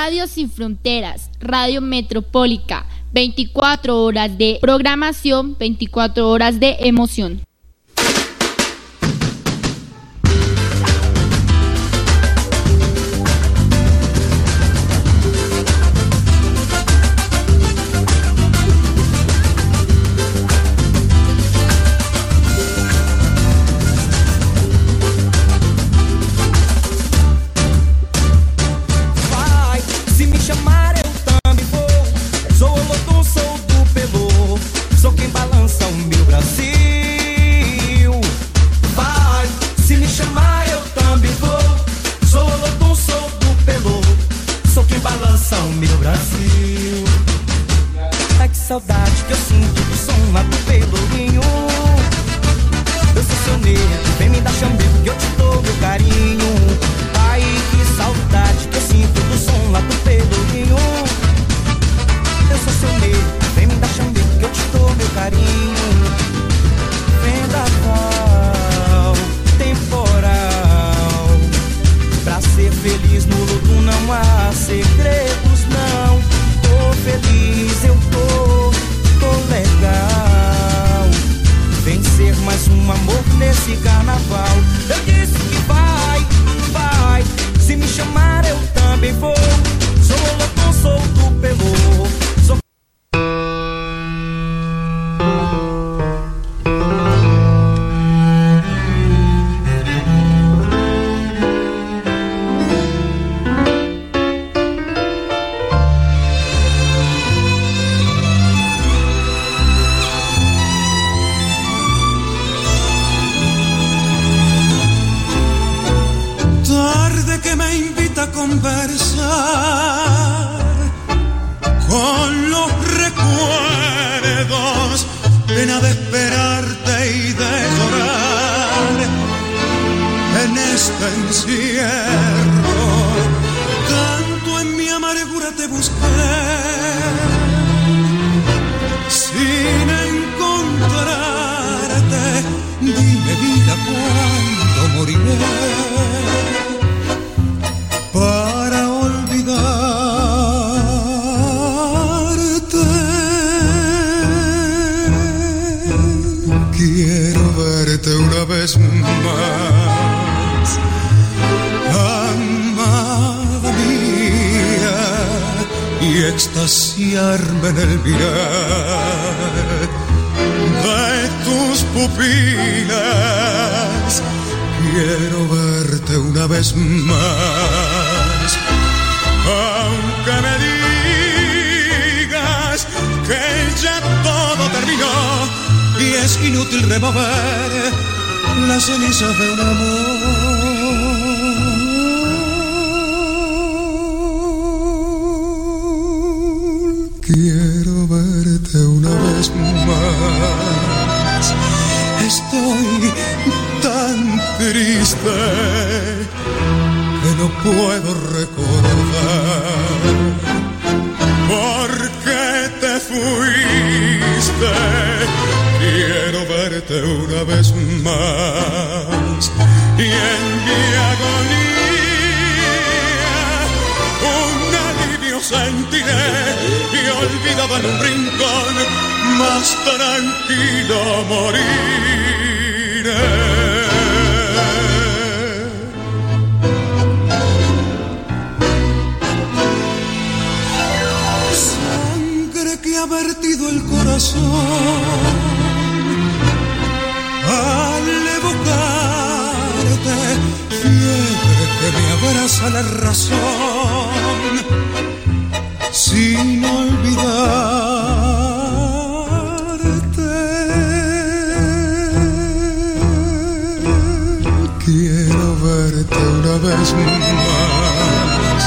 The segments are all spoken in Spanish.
Radio Sin Fronteras, Radio Metropólica, 24 horas de programación, 24 horas de emoción. Extasiarme en el mirar de tus pupilas. Quiero verte una vez más, aunque me digas que ya todo terminó y es inútil remover las cenizas de un amor. Quiero verte una vez más. Estoy tan triste que no puedo recordar por qué te fuiste. Quiero verte una vez más y en mi agonía un alivio sentiré y olvidado en un rincón más tranquilo moriré. Sangre que ha vertido el corazón al evocarte, fiebre que me abraza la razón sin olvidarte. Quiero verte una vez más.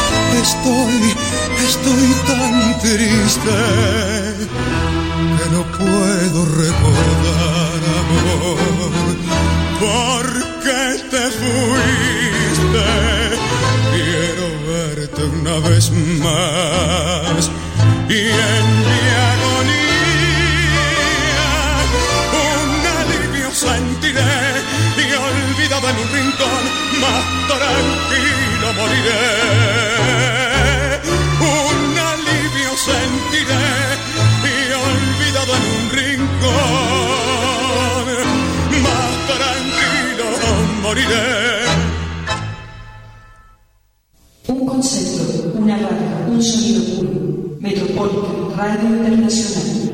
Estoy tan triste que no puedo recordar, amor, por qué te fuiste. Quiero verte una vez más y en mi agonía un alivio sentiré y olvidado en un rincón más tranquilo moriré. un sonido puro. Metropólica Radio Internacional.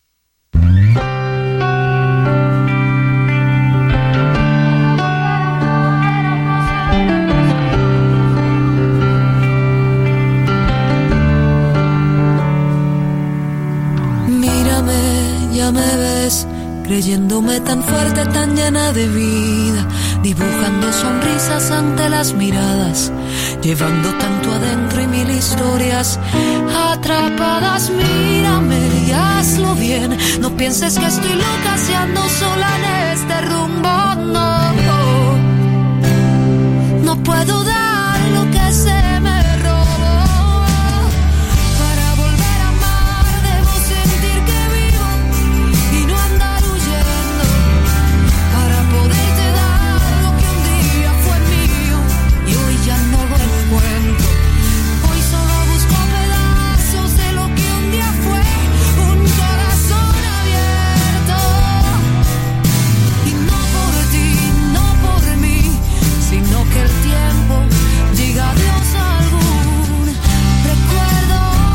Ya me ves, creyéndome tan fuerte, tan llena de vida, dibujando sonrisas ante las miradas, llevando tanto adentro y mil historias atrapadas. Mírame y hazlo bien, no pienses que estoy loca si ando sola en este rumbo. No, no puedo dar lo que se me robó. Para volver a amar debo sentir que vivo y no andar huyendo, para poderte dar lo que un día fue mío y hoy ya no lo encuentro. Hoy solo busco pedazos de lo que un día fue, un corazón abierto. Y no por ti, no por mí, sino que el tiempo diga adiós a algún recuerdo.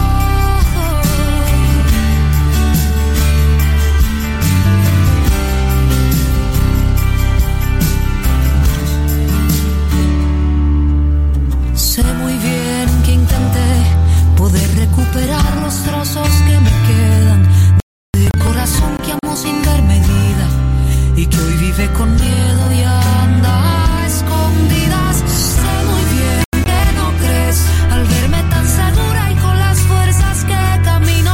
Sé muy bien que intenté poder recuperar los trozos que me quedan de corazón que amo sin ver medida y que hoy vive con miedo y anda a escondidas. Sé muy bien que no crees al verme tan segura y con las fuerzas que camino.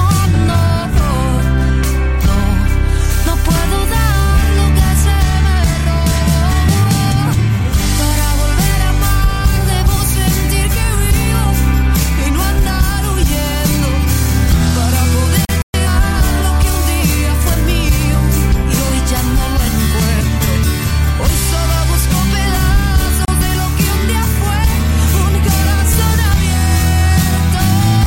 No puedo dar lo que se me robó. Para volver a amar debo sentir que vivo y no andar huyendo, para poder dar lo que un día fue mío y hoy ya no lo encuentro. Hoy solo busco pedazos de lo que un día fue, un corazón abierto.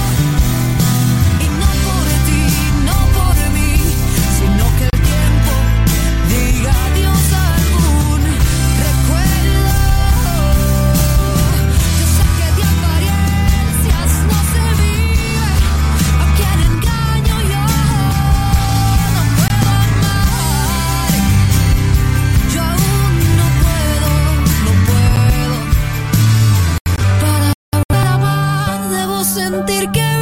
Y no por ti, no por mí, sino que el tiempo diga adiós a algún recuerdo. Yo sé que de apariencias no se vive, a quien engaño yo. No puedo amar, yo aún no puedo. Para volver a amar debo sentir que